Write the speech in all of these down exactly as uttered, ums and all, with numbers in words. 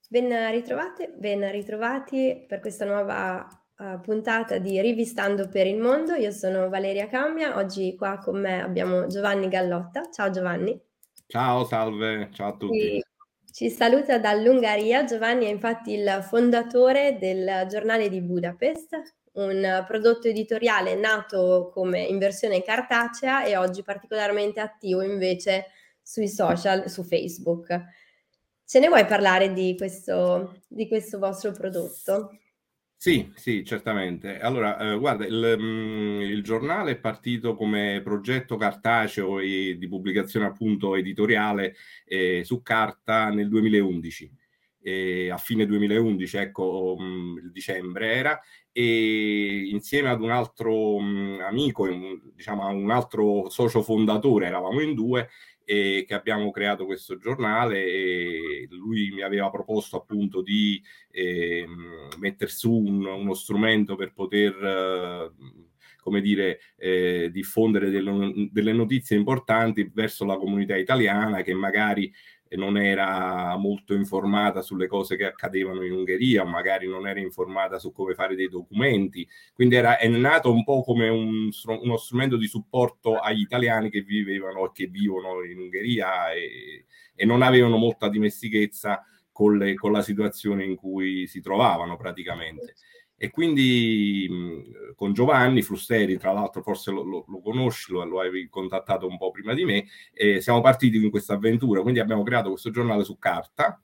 Ben ritrovate, ben ritrovati per questa nuova, uhm, puntata di Rivistando per il mondo. Io sono Valeria Cambia, oggi qua con me abbiamo Giovanni Gallotta. Ciao Giovanni. Ciao, salve, ciao a tutti. Ci ci saluta dall'Ungheria. Giovanni è infatti il fondatore del Giornale di Budapest, un prodotto editoriale nato come in versione cartacea e oggi particolarmente attivo invece sui social, su Facebook. Ce ne vuoi parlare di questo di questo vostro prodotto? Sì, sì, certamente. Allora, ehm, guarda, il mhmm, il giornale è partito come progetto cartaceo e di pubblicazione appunto editoriale, ehm, su carta nel duemilaundici. Ehm, a fine duemilaundici, ecco, mhmm, il dicembre era, e insieme ad un altro, mhmm, amico e un diciamo a un altro socio fondatore, eravamo in due, ehm, che abbiamo creato questo giornale e lui mi aveva proposto appunto di ehm, metter su un, uno strumento per poter, eh, come dire, eh, diffondere delle, delle notizie importanti verso la comunità italiana che magari non era molto informata sulle cose che accadevano in Ungheria, o magari non era informata su come fare dei documenti. Quindi era, è nato un po' come un, uno strumento di supporto agli italiani che vivevano e che vivono in Ungheria e, e non avevano molta dimestichezza con, le, con la situazione in cui si trovavano praticamente. E quindi mh, con Giovanni Frusteri, tra l'altro forse lo, lo, lo conosci, lo, lo avevi contattato un po' prima di me, eh, siamo partiti in questa avventura, quindi abbiamo creato questo giornale su carta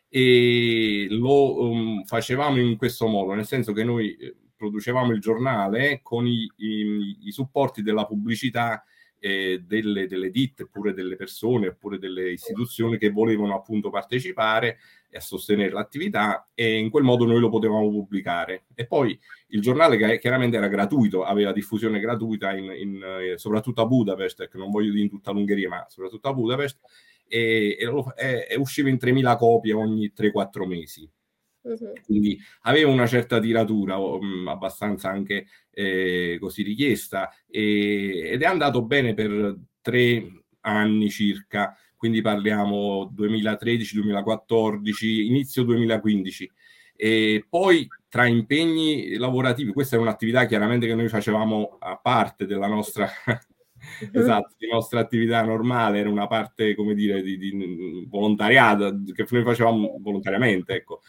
e lo um, facevamo in questo modo, nel senso che noi eh, producevamo il giornale con i, i, i supporti della pubblicità eh, delle, delle ditte, oppure delle persone, oppure delle istituzioni che volevano appunto partecipare e a sostenere l'attività, e in quel modo noi lo potevamo pubblicare. E poi il giornale, che chiaramente era gratuito, aveva diffusione gratuita in, in, eh, soprattutto a Budapest, che non voglio dire in tutta l'Ungheria, ma soprattutto a Budapest, e, e, lo, e, e usciva in tremila copie ogni tre quattro mesi. Mh-mh. Quindi aveva una certa tiratura, mh, abbastanza anche eh, così richiesta, e, ed è andato bene per tre anni circa, quindi parliamo duemilatredici duemilaquattordici, inizio duemilaquindici. E poi tra impegni lavorativi, questa è un'attività chiaramente che noi facevamo a parte della nostra, Mh-mh. esatto, di nostra attività normale, era una parte, come dire, di, di volontariato che noi facevamo volontariamente, ecco.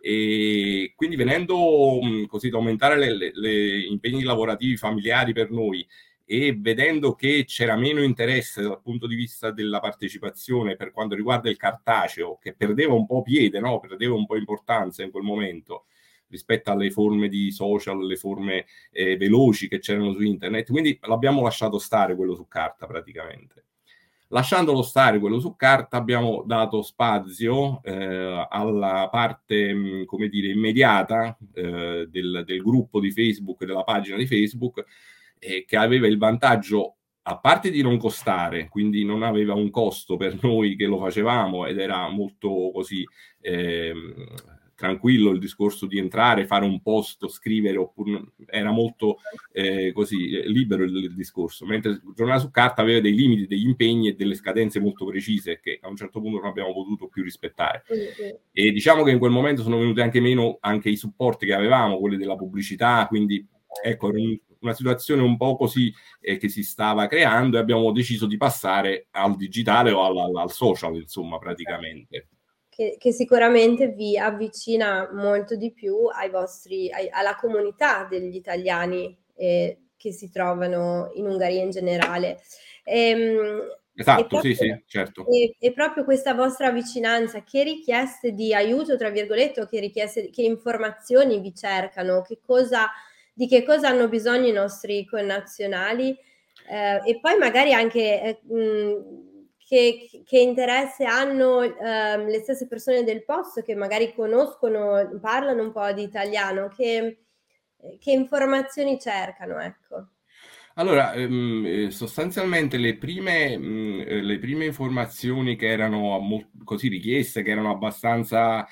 E quindi venendo mh, così ad aumentare le, le, le impegni lavorativi familiari per noi e vedendo che c'era meno interesse dal punto di vista della partecipazione per quanto riguarda il cartaceo, che perdeva un po' piede, no? Perdeva un po' importanza in quel momento rispetto alle forme di social, le forme eh, veloci che c'erano su internet, quindi l'abbiamo lasciato stare quello su carta praticamente. Lasciandolo stare quello su carta, abbiamo dato spazio eh, alla parte, mh, come dire, immediata eh, del, del gruppo di Facebook, della pagina di Facebook, eh, che aveva il vantaggio, a parte di non costare, quindi non aveva un costo per noi che lo facevamo ed era molto così ehm, tranquillo il discorso di entrare, fare un post, scrivere, oppure era molto eh, così eh, libero il, il discorso, mentre il giornale su carta aveva dei limiti, degli impegni e delle scadenze molto precise che a un certo punto non abbiamo potuto più rispettare. Mh-mh. E diciamo che in quel momento sono venuti anche meno anche i supporti che avevamo, quelli della pubblicità, quindi ecco, era un, una situazione un po' così eh, che si stava creando, e abbiamo deciso di passare al digitale o al, al, al social, insomma, praticamente. Che che sicuramente vi avvicina molto di più ai vostri ai alla comunità degli italiani, ehm, che si trovano in Ungheria in generale. Ehm, e Esatto, sì, proprio sì, certo. e e proprio questa vostra vicinanza, che richieste di "aiuto" tra virgolette o che richieste che informazioni vi cercano? Che cosa di che cosa hanno bisogno i nostri connazionali? Ehm, e poi magari anche, ehm, mhmm, che che interesse hanno, ehm, le stesse persone del posto che magari conoscono, parlano un po' di italiano, che ehm, che informazioni cercano, ecco. Allora, ehm, eh, sostanzialmente le prime, mh, eh, le prime informazioni che erano mo- così richieste, che erano abbastanza,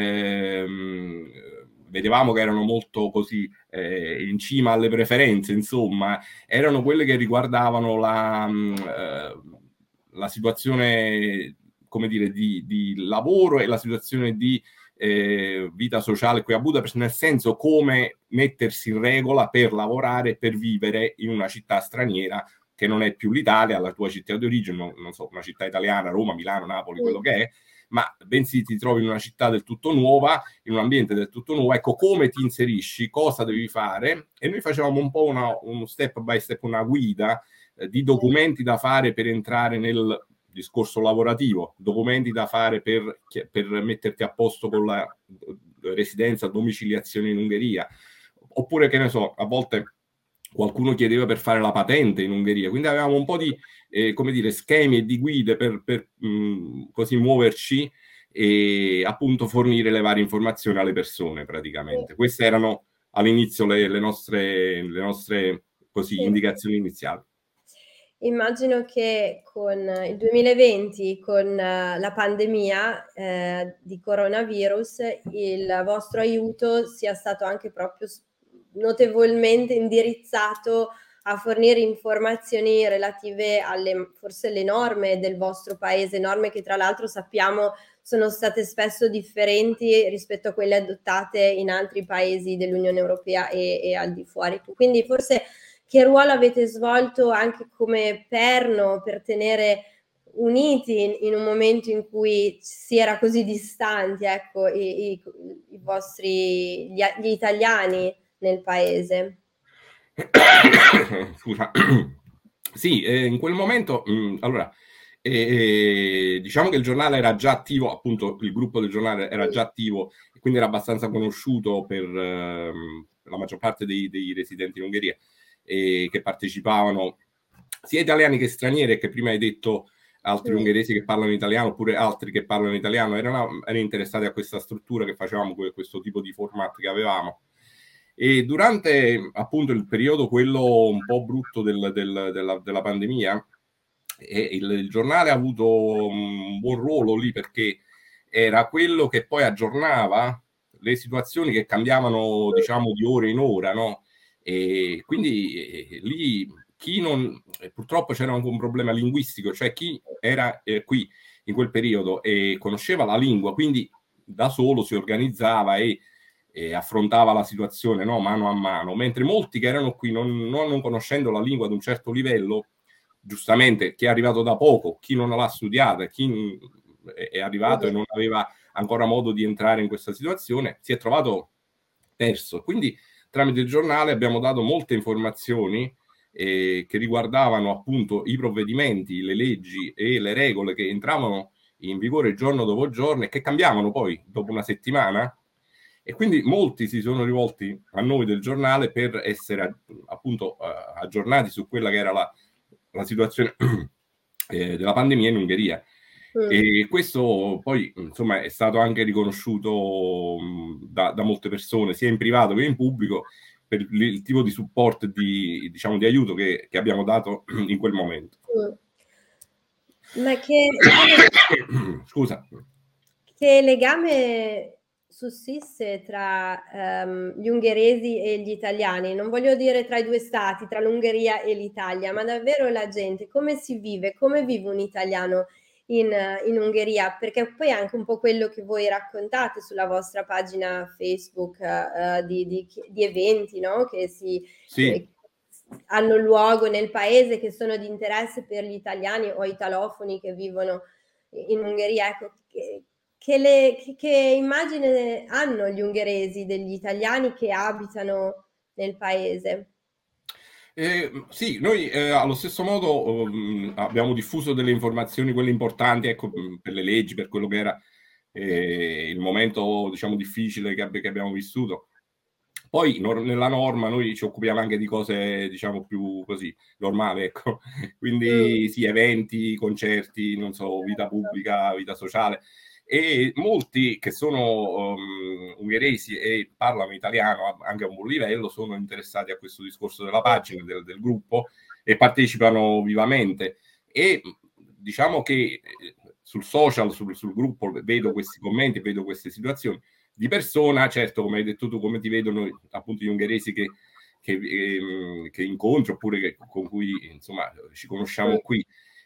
ehm, vedevamo che erano molto così eh, in cima alle preferenze, insomma, erano quelle che riguardavano la, mh, eh, la situazione, come dire, di, di lavoro e la situazione di eh, vita sociale qui a Budapest, nel senso come mettersi in regola per lavorare e per vivere in una città straniera che non è più l'Italia, la tua città di origine, non, non so, una città italiana, Roma, Milano, Napoli, quello che è, ma bensì ti trovi in una città del tutto nuova, in un ambiente del tutto nuovo. Ecco, come ti inserisci, cosa devi fare, e noi facevamo un po' una, uno step by step, una guida eh, di documenti da fare per entrare nel discorso lavorativo, documenti da fare per, per metterti a posto con la residenza, domiciliazione in Ungheria, oppure che ne so, a volte qualcuno chiedeva per fare la patente in Ungheria, quindi avevamo un po' di eh, come dire, schemi e di guide per, per mh, così muoverci e appunto fornire le varie informazioni alle persone praticamente. Queste erano all'inizio le, le nostre, le nostre così, indicazioni iniziali. Immagino che con il duemilaventi, con la pandemia eh, di coronavirus, il vostro aiuto sia stato anche proprio notevolmente indirizzato a fornire informazioni relative alle forse le norme del vostro paese, norme che tra l'altro sappiamo sono state spesso differenti rispetto a quelle adottate in altri paesi dell'Unione Europea e, e al di fuori. Quindi forse che ruolo avete svolto anche come perno per tenere uniti in, in un momento in cui si era così distanti, ecco, i, i, i vostri, gli, gli italiani nel paese? Scusa. Sì, eh, in quel momento, mh, allora, eh, diciamo che il giornale era già attivo, appunto il gruppo del giornale era già attivo, e quindi era abbastanza conosciuto per eh, la maggior parte dei, dei residenti in Ungheria eh, che partecipavano, sia italiani che stranieri, e che prima hai detto altri mm. ungheresi che parlano italiano, oppure altri che parlano italiano, erano, erano interessati a questa struttura che facevamo, questo tipo di format che avevamo. E durante appunto il periodo quello un po' brutto del, del, della, della pandemia, e il, il giornale ha avuto un buon ruolo lì, perché era quello che poi aggiornava le situazioni che cambiavano, diciamo, di ora in ora, no? E quindi eh, lì chi non, eh, purtroppo c'era anche un problema linguistico, cioè chi era eh, qui in quel periodo e conosceva la lingua, quindi da solo si organizzava e e affrontava la situazione, no, mano a mano, mentre molti che erano qui non, non conoscendo la lingua ad un certo livello, giustamente chi è arrivato da poco, chi non l'ha studiata, chi è arrivato e non aveva ancora modo di entrare in questa situazione, si è trovato perso. Quindi tramite il giornale abbiamo dato molte informazioni eh, che riguardavano appunto i provvedimenti, le leggi e le regole che entravano in vigore giorno dopo giorno e che cambiavano poi dopo una settimana. E quindi molti si sono rivolti a noi del giornale per essere appunto uh, aggiornati su quella che era la, la situazione eh, della pandemia in Ungheria. Mm. E questo poi insomma è stato anche riconosciuto mh, da, da molte persone, sia in privato che in pubblico, per il, il tipo di supporto e di, diciamo, di aiuto che, che abbiamo dato in quel momento. Mm. Ma che... Scusa. Che legame sussiste tra um, gli ungheresi e gli italiani? Non voglio dire tra i due stati, tra l'Ungheria e l'Italia, ma davvero la gente, come si vive, come vive un italiano in, in Ungheria? Perché poi è anche un po' quello che voi raccontate sulla vostra pagina Facebook uh, di, di, di eventi, no? Che si... Sì. Che, hanno luogo nel paese, che sono di interesse per gli italiani o italofoni che vivono in Ungheria. Ecco, che, che, le, che, che immagine hanno gli ungheresi degli italiani che abitano nel paese? Eh, sì, noi eh, allo stesso modo um, abbiamo diffuso delle informazioni, quelle importanti, ecco, per le leggi, per quello che era eh, il momento, diciamo, difficile che, che abbiamo vissuto. Poi nor- nella norma noi ci occupiamo anche di cose, diciamo, più così, normali, ecco. Quindi Mm. sì, eventi, concerti, non so, vita pubblica, vita sociale. E molti che sono um, ungheresi e parlano italiano anche a un buon livello sono interessati a questo discorso della pagina, del, del gruppo, e partecipano vivamente. E diciamo che sul social, sul, sul gruppo, vedo questi commenti, vedo queste situazioni. Di persona, certo, come hai detto tu, come ti vedono appunto gli ungheresi che, che, ehm, che incontro, oppure che, con cui insomma ci conosciamo qui.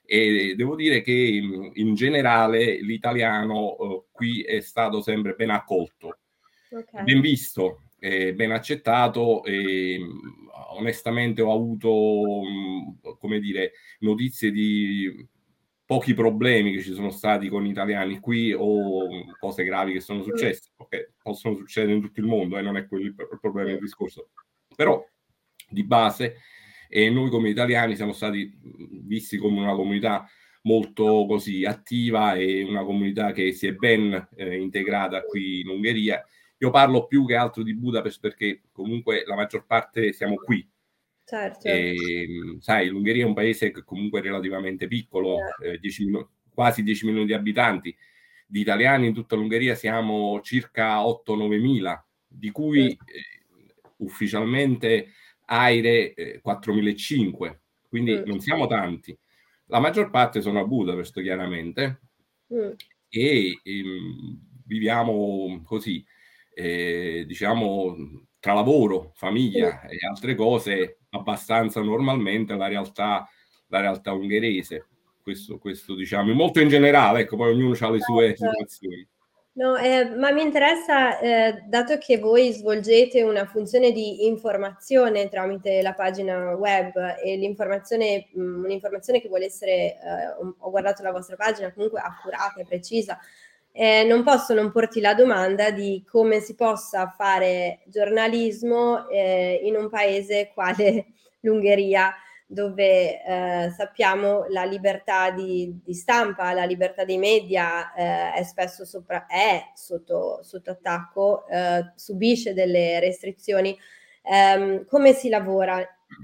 e devo dire che in generale l'italiano eh, qui è stato sempre ben accolto, Okay. ben visto, eh, ben accettato e mh, onestamente ho avuto, mh, come dire, notizie di pochi problemi che ci sono stati con gli italiani qui o mh, cose gravi che sono Mh, successe, che possono succedere in tutto il mondo e eh, non è quello il, il problema del mh, discorso. Però di base e noi come italiani siamo stati visti come una comunità molto così attiva e una comunità che si è ben eh, integrata qui in Ungheria. Io parlo più che altro di Budapest perché comunque la maggior parte siamo qui. certo. E, sai, l'Ungheria è un paese che comunque è relativamente piccolo, Eh, eh, dieci milioni, quasi dieci milioni di abitanti. Di italiani in tutta l'Ungheria siamo circa otto nove mila, di mh, cui eh, ufficialmente AIRE eh, quattromilacinquecento, quindi mh, non siamo tanti. La maggior parte sono a Budapest, chiaramente, mh, e ehm, viviamo così, eh, diciamo, tra lavoro, mh. famiglia e altre cose, abbastanza normalmente la realtà, la realtà ungherese. Questo, questo diciamo, molto in generale, ecco, poi ognuno ha le sue Certo. situazioni. No, ehm, ma mi interessa, ehm, dato che voi svolgete una funzione di informazione tramite la pagina web e l'informazione mhmm, un'informazione che vuole essere, ehm, ho guardato la vostra pagina, comunque accurata e precisa, ehm, non posso non porti la domanda di come si possa fare giornalismo, ehm, in un paese quale l'Ungheria, dove eh, sappiamo la libertà di, di stampa, la libertà dei media eh, è spesso sopra, è sotto, sotto attacco, eh, subisce delle restrizioni. Ehm, come si lavora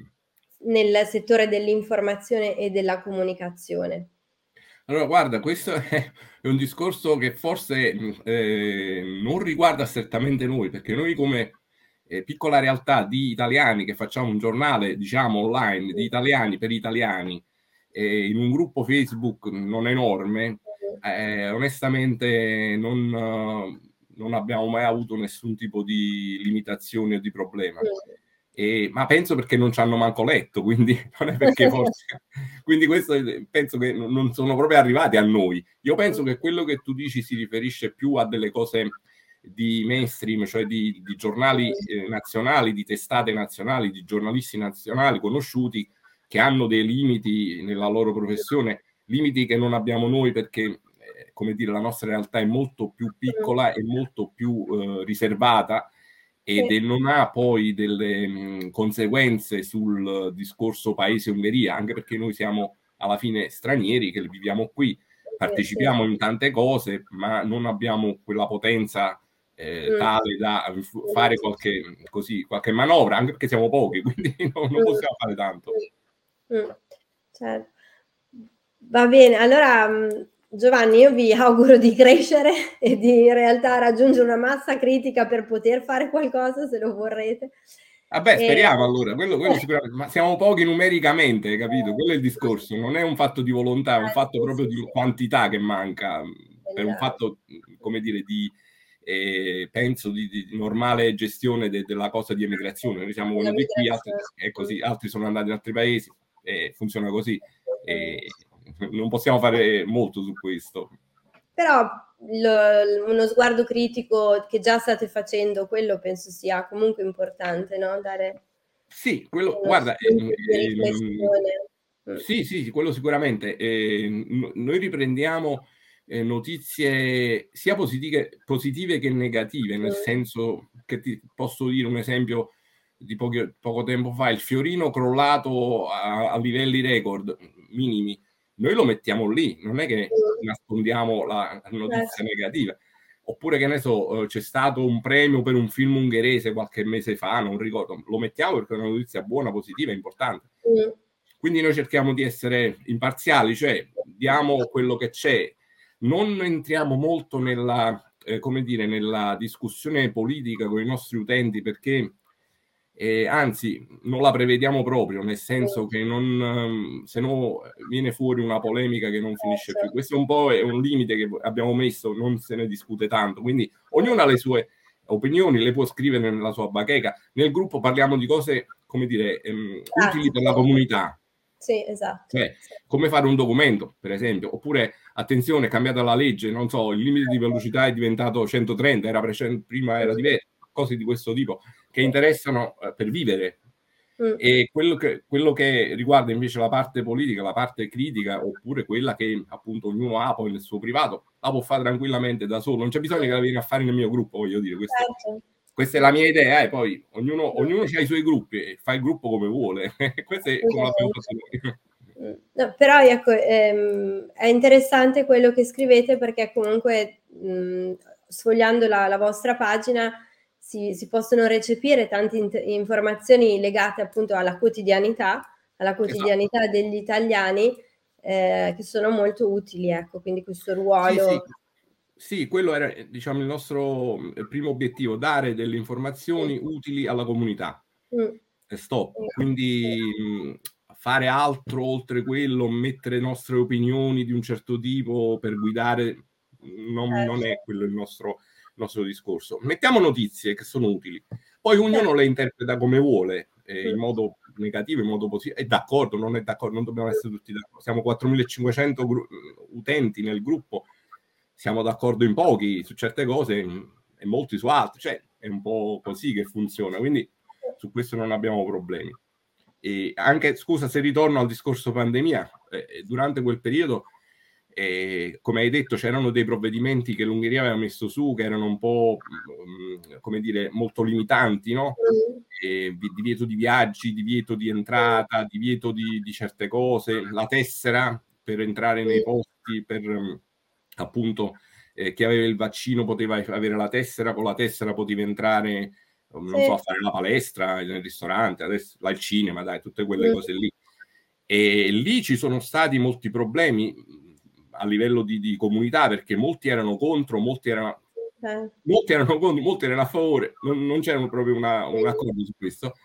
nel settore dell'informazione e della comunicazione? Allora, guarda, questo è un discorso che forse mh, eh, non riguarda strettamente noi, perché noi come eh, piccola realtà di italiani che facciamo un giornale, diciamo, online, di italiani per italiani, eh, in un gruppo Facebook non enorme, eh, onestamente non, eh, non abbiamo mai avuto nessun tipo di limitazione o di problema. E, ma penso perché non ci hanno manco letto, quindi non è perché forse... Quindi questo penso che non sono proprio arrivati a noi. Io penso che quello che tu dici si riferisce più a delle cose di mainstream, cioè di, di giornali eh, nazionali, di testate nazionali, di giornalisti nazionali conosciuti che hanno dei limiti nella loro professione, limiti che non abbiamo noi perché, eh, come dire, la nostra realtà è molto più piccola e molto più eh, riservata ed Sì, e non ha poi delle mh, conseguenze sul discorso paese-Ungheria, anche perché noi siamo alla fine stranieri che viviamo qui, sì, sì. partecipiamo in tante cose, ma non abbiamo quella potenza eh, Mh. tale da fare qualche, così, qualche manovra, anche perché siamo pochi, quindi no, non Mh. possiamo fare tanto. Mh. Mh. Cer Va bene, allora, mhmm, Giovanni, io vi auguro di crescere e di in realtà raggiungere una massa critica per poter fare qualcosa se lo vorrete. Vabbè, Ehm speriamo allora, quello, quello sicuramente, ma siamo pochi numericamente, hai capito? Quello è il discorso, non è un fatto di volontà, è un Eh, fatto sì, proprio sì, di sì. quantità che manca, per un Esatto. fatto, come dire, di, eh, penso, di, di normale gestione de- della cosa di emigrazione. Noi siamo Della venuti qui, altri, migrazione. è Mh. così, altri sono andati in altri paesi, e funziona così, Assolutamente. e non possiamo fare molto su questo. Però lo uno sguardo critico che già state facendo, quello penso sia comunque importante, no, dare Sì, quello, uno guarda, ehm, spunto di ehm, riflessione. Mh. sì, sì, sì, quello sicuramente. Eh, n- noi riprendiamo eh, notizie sia positive, positive che negative, nel Mh. senso che ti posso dire un esempio di pochi- poco tempo fa, il fiorino crollato a, a livelli record minimi. Noi lo mettiamo lì, non è che Mh. nascondiamo la notizia Certo. negativa. Oppure, che ne so, eh, c'è stato un premio per un film ungherese qualche mese fa, non ricordo, lo mettiamo perché è una notizia buona, positiva, importante. Mh. Quindi noi cerchiamo di essere imparziali, cioè diamo quello che c'è, non entriamo molto nella, eh, come dire, nella discussione politica con i nostri utenti perché eh, anzi non la prevediamo proprio, nel senso che non, ehm, se no viene fuori una polemica che non finisce più. Certo. Questo è un po' è un limite che abbiamo messo, non se ne discute tanto, quindi Mh. ognuno ha le sue opinioni, le può scrivere nella sua bacheca. Nel gruppo parliamo di cose, come dire, ehm, utili per Pratiche. la comunità. Sì, esatto. Cioè, Sì. come fare un documento, per esempio, oppure attenzione, è cambiata la legge, non so, il limite di velocità è diventato centotrenta, era prece prima era diverso, cose di questo tipo che interessano, ehm, per vivere. Mh. E quello che quello che riguarda invece la parte politica, la parte critica, oppure quella che appunto ognuno ha poi nel suo privato, la può fare tranquillamente da solo, non c'è bisogno che la vieni a fare nel mio gruppo, voglio dire, questo Certo. questa è Sì. la mia idea e poi ognuno Mh. ognuno c'ha i suoi gruppi e fa il gruppo come vuole. Questo è come l'abbiamo Assolutamente. fatto noi. Mh. No, però ecco, ehm, è interessante quello che scrivete perché comunque, mhmm, sfogliando la la vostra pagina si si possono recepire tante int informazioni legate appunto alla quotidianità, alla Esatto. quotidianità degli italiani, ehm, che sono molto utili, ecco, quindi questo Sì, sì. ruolo Sì, quello era, ehm, diciamo il nostro, ehm, primo obiettivo, dare delle Sì. informazioni utili alla comunità. Mh. E stop. Sì. Sì. Quindi, mhmm, fare altro oltre quello, mettere nostre opinioni di un certo tipo per guidare, non non Certo. è quello il nostro nostro discorso. Mettiamo notizie che sono utili, poi ognuno Certo. le interpreta come vuole, ehm, in Mh. modo negativo, in modo posi è d'accordo, non è d'accor non dobbiamo Mh. essere tutti d'acco siamo quattromila e cinquecento gru uhm, utenti nel gruppo, siamo d'accordo in pochi su certe cose, mhmm, e molti su altre, cioè è un po' così che funziona, quindi su questo non abbiamo problemi. E anche scusa se ritorno al discorso pandemia, ehm, durante quel periodo, ehm, come hai detto, c'erano dei provvedimenti che l'Ungheria aveva messo su, che erano un po', mhmm, come dire, molto limitanti, no, Mh. ehm, di divieto di viaggi, divieto di Mh. entrata, divieto di di certe cose, la tessera per entrare nei Sì. posti, per, mhmm, appunto, ehm, chi aveva il vaccino poteva f avere la tessera, con la tessera potevi entrare, uhm, non so, a Sì. fare la palestra, nel ristorante, adesso al cinema, dai, tutte quelle Mh. cose lì. E lì ci sono stati molti problemi, mhmm, a livello di di comunità, perché molti erano contro, molti era Okay. molti erano contro, molti erano a favore, non non c'era proprio una un Sì. accordo su questo.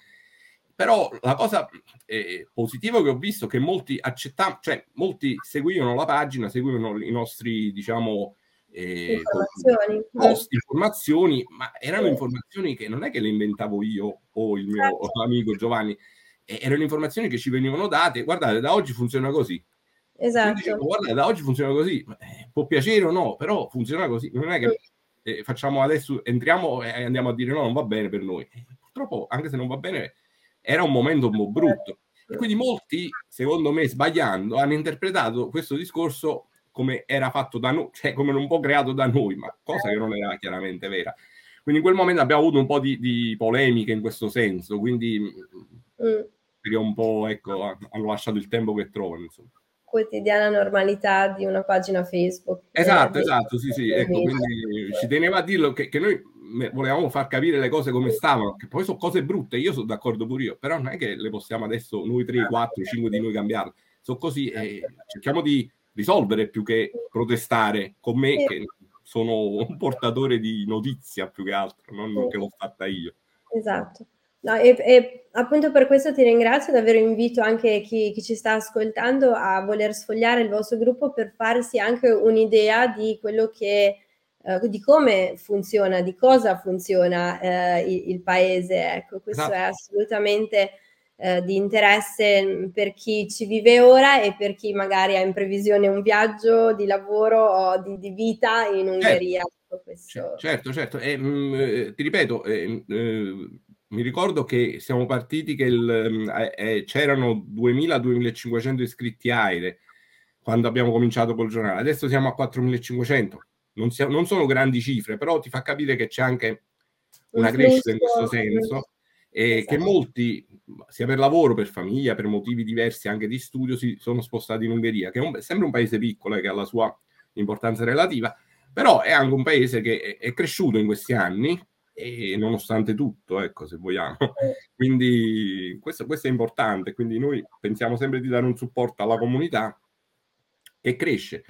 Però la cosa, ehm, positiva che ho visto che molti accetta cioè molti seguivano la pagina, seguivano i nostri diciamo, ehm, co Informazioni. Mh. post, informazioni, ma erano Sì. informazioni che non è che le inventavo io o il mio Certo. amico Giovanni, e erano informazioni che ci venivano date: "Guardate, da oggi funziona così." E quindi Esatto. dicevo: "Guarda, da oggi funziona così." Ma, eh, può piacere o no, però funziona così. Non è Mh. che, ehm, facciamo adesso entriamo e andiamo a dire: "No, non va bene per noi." Eh, purtroppo, anche se non va bene, era un momento un po' brutto. E Mh. quindi molti, secondo me sbagliando, hanno interpretato questo discorso come era fatto da no cioè come un po' creato da noi, ma cosa che Okay. non era chiaramente vera. Quindi in quel momento abbiamo avuto un po' di di polemiche in questo senso, quindi, mhmm, Mh. perché un po' ecco, ha hanno lasciato il tempo che trovano, insomma. Quotidiana normalità di una pagina Facebook, ehm, Esatto, de esatto, sì, sì, dei ecco, media. quindi ci tenevo a dirlo che che noi, mhmm, volevamo far capire le cose come stavano, che poi so cose brutte, io so d'accordo pure io, però non è che le possiamo adesso noi tre, quattro, cinque di noi cambiarle. So così e cerchiamo di risolvere più che protestare con me Sì. che sono un portatore di notizia più che altro, non Sì. che l'ho fatta io. Esatto. No, e p e appunto per questo ti ringrazio, davvero invito anche chi chi ci sta ascoltando a voler sfogliare il vostro gruppo per farsi anche un'idea di quello che uhm, di come funziona, di cosa funziona, ehm, i il paese, ecco. Questo è Esatto. assolutamente, ehm, di interesse, mhmm, per chi ci vive ora e per chi magari ha in previsione un viaggio di lavoro o di di vita in Certo. Ungheria. Ecco Ce questo certo, certo. E, mhmm, ehm, ti ripeto, ehm, uhm, mi ricordo che siamo partiti che il mhmm, e e c'erano duemila, duemilacinquecento iscritti AIRE quando abbiamo cominciato col giornale. Adesso siamo a quattromila e cinquecento. Non sia non sono grandi cifre, però ti fa capire che c'è anche Un una crescita in flusso questo mh. senso e che Esa molti, mhmm, sia per lavoro, per famiglia, per motivi diversi anche di studio, si sono spostati in Ungheria, che è un è sempre un paese piccolo, eh, che ha la sua importanza relativa, però è anche un paese che è è cresciuto in questi anni e nonostante tutto, ecco, se vogliamo. Quindi questo questo è importante, quindi noi pensiamo sempre di dare un supporto alla comunità che cresce.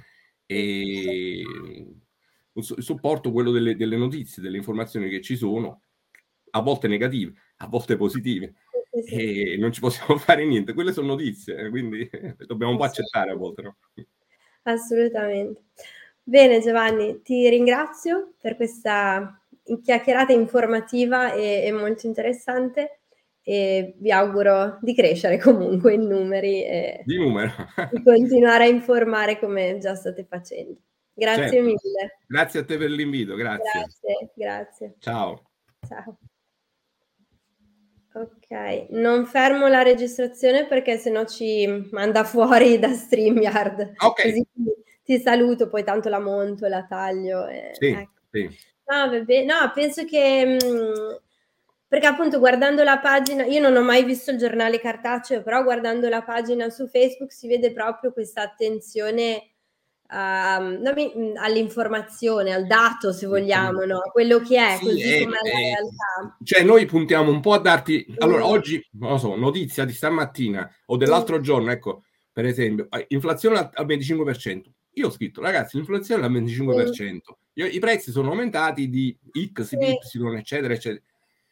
Ehm, un su il supporto quello delle delle notizie, delle informazioni che ci sono, a volte negative, a volte positive, Sì, sì, sì. e non ci possiamo fare niente. Quelle son notizie, eh, quindi le dobbiamo un po' accettare a Assolutamente. volte, no? Assolutamente. Bene Giovanni, ti ringrazio per questa in chiacchierata informativa e e molto interessante e vi auguro di crescere comunque in numeri e Di numero. di continuare a informare come già state facendo. Grazie Certo. mille. Grazie a te per l'invito, grazie. Grazie, grazie. Ciao. Ciao. Okay, non fermo la registrazione perché se no ci manda fuori da StreamYard, Okay. così ti ti saluto, poi tanto la monto e la taglio e Sì, ecco. sì. No, vabbè, no, penso che mhmm, perché appunto guardando la pagina io non ho mai visto il giornale cartaceo, però guardando la pagina su Facebook si vede proprio questa attenzione a non mi mhmm, all'informazione, al dato se vogliamo, no, quello che è, Sì, così ehm, com'è ehm, la realtà. cioè noi puntiamo un po' a darti allora Mh. oggi, non lo so, notizia di stamattina o Mh. dell'altro giorno, ecco, per esempio, a inflazione al al venticinque per cento. Io ho scritto: "Ragazzi, l'inflazione è al venticinque per Mh. cento. I i prezzi sono aumentati di X, di Sì. Y, eccetera, ecce"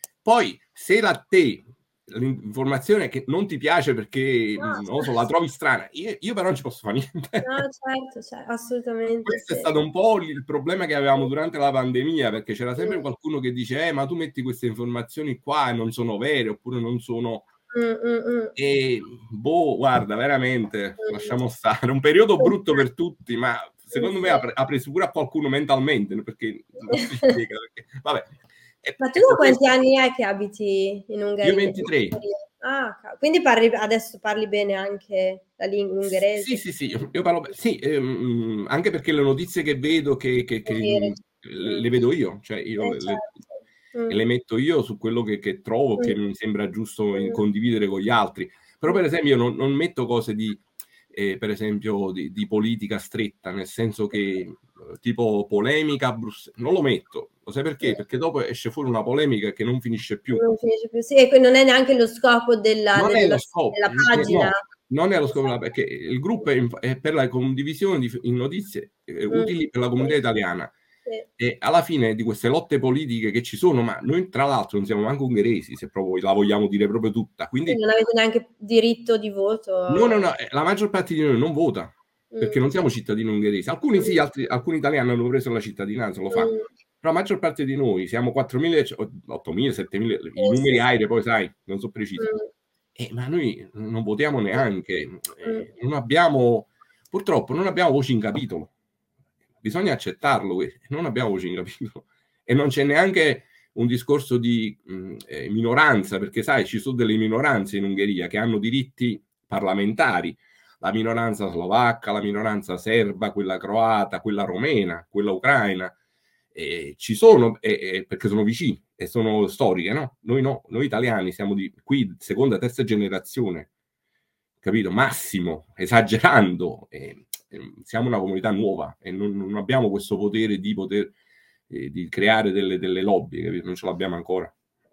Poi se la te l'informazione che non ti piace perché, No, mhmm, non lo so, la certo. trovi strana, io io però non ci posso fa niente. No, certo, ce assolutamente Questo è sì. stato un po' il problema che avevamo durante la pandemia, perché c'era sempre Mh. qualcuno che dice: "Eh, ma tu metti queste informazioni qua e non sono vere, oppure non sono" Mh, mh, mh. Ehm, boh, guarda veramente Mh. lasciamo stare. Un periodo brutto per tutti, ma Sì, secondo me sì. ha pre ha preso pure a qualcuno mentalmente, n perché non si spiega perché vabbè. E Ma tu da ecco quanti questo anni è che abiti in Io Ungari in ventitré. Ungheria? Ah, ca quindi parli adesso parli bene anche la lingua S sì, ungherese? sì, sì, io parlo b sì, ehm, mhmm, anche perché le notizie che vedo che che che mhmm, Mh. le vedo io, cioè io Eh le le certo. e Mh. le metto io su quello che che trovo, Mh. che mi sembra giusto in Mh. condividere con gli altri. Però Mh. per esempio io non non metto cose di ehm, per esempio di di politica stretta, nel senso che, uhm, tipo polemica a Brusse non lo metto. Lo sai perché? Mh. Perché dopo esce fuori una polemica che non finisce più. Non finisce più. Sì, e que non è neanche lo scopo della Non è della lo scopo, della n e pagina. no, non è lo scopo della perché Esatto. il gruppo è Mh. inf è per la condivisione di f in notizie, ehm, Mh. utili per la Sì. comunità italiana. Sì. E alla fine di queste lotte politiche che ci sono, ma noi tra l'altro non siamo manco ungheresi, se proprio la vogliamo dire proprio tutta, Sì, quindi non avete neanche diritto di No, no, voto. no, ehm, la maggior parte di noi non vota, perché Mh. non siamo cittadini ungheresi. Alcuni sì, Mh. altri alcuni italiani hanno preso la cittadinanza, lo fanno. Mh. Però la maggior parte di noi siamo quattromila e c o ottomila, settemila, i Sì, sì, numeri sì. aerei poi sai, non so precisi. Mh. Eh, ma noi non votiamo Mh. neanche, ehm, Mh. non abbiamo purtroppo non abbiamo voce in capitolo. Bisogna accettarlo que non abbiamo voce in capitolo. E non c'è neanche un discorso di, mhmm, ehm, minoranza, perché sai ci so' delle minoranze in Ungheria che hanno diritti parlamentari. La minoranza slovacca, la minoranza serba, quella croata, quella romena, quella ucraina. Ehm, ci sono e e perché sono vicini e sono storiche, no, noi no, noi italiani siamo di qui seconda, terza generazione, capito, massimo, esagerando, ehm, ehm, siamo una comunità nuova e non non abbiamo questo potere di poter ehm, di creare delle delle lobby, capito, non ce l'abbiamo ancora.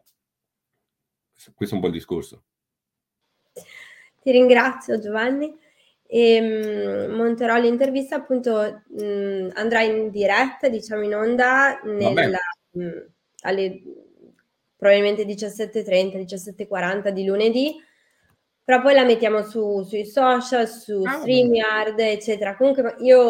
Ques questo è un po' il discorso. Ti ringrazio Giovanni, ehm, monterò l'intervista appunto, mhmm, andrà in diretta, diciamo in onda Va nel bene. mhmm, alle probabilmente diciassette e trenta, diciassette e quaranta di lunedì, però poi la mettiamo su sui social, su Ah, va bene. StreamYard, eccetera. Comunque io